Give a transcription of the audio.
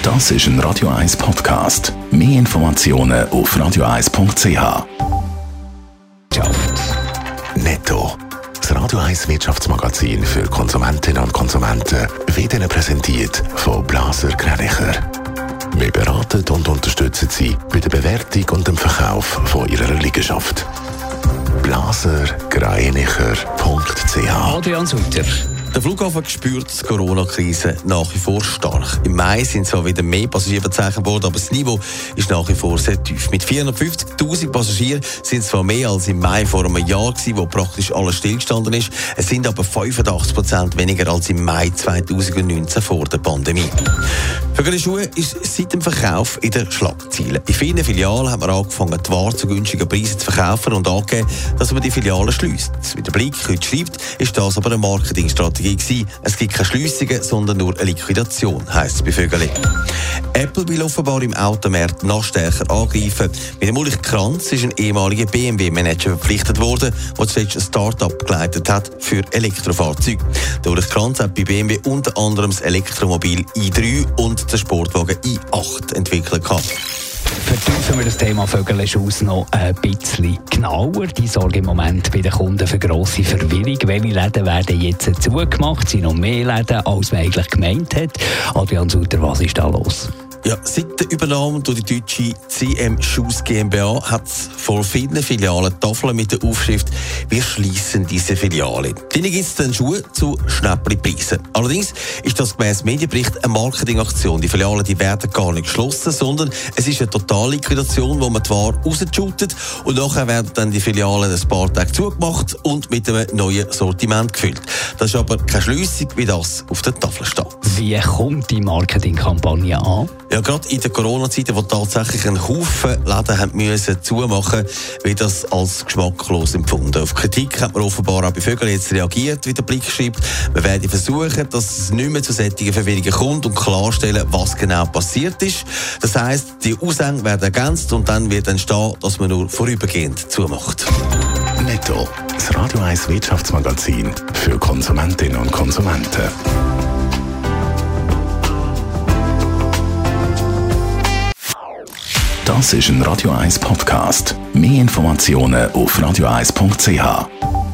Das ist ein Radio 1 Podcast. Mehr Informationen auf radio1.ch. Netto. Das Radio 1 Wirtschaftsmagazin für Konsumentinnen und Konsumenten wird Ihnen präsentiert von Blaser Greinicher. Wir beraten und unterstützen Sie bei der Bewertung und dem Verkauf von Ihrer Liegenschaft. blasergreinicher.ch. Adrian Sutter. Der Flughafen spürt die Corona-Krise nach wie vor stark. Im Mai sind zwar wieder mehr Passagiere verzeichnet worden, aber das Niveau ist nach wie vor sehr tief. Mit 450'000 Passagieren sind es zwar mehr als im Mai vor einem Jahr gewesen, wo praktisch alles stillgestanden ist. Es sind aber 85% weniger als im Mai 2019 vor der Pandemie. Vögele-Schuhe ist seit dem Verkauf in den Schlagzeilen. In vielen Filialen hat man angefangen, die Ware zu günstigen Preisen zu verkaufen und angegeben, dass man die Filialen schliesst. Wie der Blick heute schreibt, ist das aber eine Marketingstrategie gewesen. Es gibt keine Schliessungen, sondern nur eine Liquidation, heisst es bei Vögele. Apple will offenbar im Automarkt noch stärker angreifen. Mit dem Ulrich Kranz ist ein ehemaliger BMW-Manager verpflichtet worden, der zuletzt ein Start-up geleitet hat für Elektrofahrzeuge. Der Ulrich Kranz hat bei BMW unter anderem das Elektromobil i3 und den Sportwagen i8 entwickelt gehabt. Vertiefen wir das Thema Vögele-Schuss noch ein bisschen genauer. Die Sorge im Moment bei den Kunden für grosse Verwirrung. Welche Läden werden jetzt zugemacht? Sind noch mehr Läden, als man eigentlich gemeint hat? Adrian Sutter, was ist da los? Ja, seit der Übernahme durch die deutsche CM Shoes GmbH hat es vor vielen Filialen Tafeln mit der Aufschrift «Wir schließen diese Filiale». Denen gibt es dann Schuhe zu schnäpperen Preisen. Allerdings ist das gemäss Medienbericht eine Marketingaktion. Die Filialen die werden gar nicht geschlossen, sondern es ist eine Totalliquidation, wo man die Ware rausshootet und nachher werden dann die Filialen ein paar Tage zugemacht und mit einem neuen Sortiment gefüllt. Das ist aber keine Schliessung, wie das auf der Tafel steht. Wie kommt die Marketingkampagne an? Ja, gerade in der Corona-Zeit, wo tatsächlich ein Haufen Läden haben müssen zumachen, wird das als geschmacklos empfunden. Auf Kritik hat man offenbar auch bei Vögel jetzt reagiert, wie der Blick schreibt. Wir werden versuchen, dass es nicht mehr zu solchen Verwirrungen kommt und klarstellen, was genau passiert ist. Das heisst, die Aushänge werden ergänzt und dann wird entstehen, dass man nur vorübergehend zumacht. Netto. Das Radio 1 Wirtschaftsmagazin für Konsumentinnen und Konsumenten. Das ist ein Radio 1 Podcast. Mehr Informationen auf radio1.ch.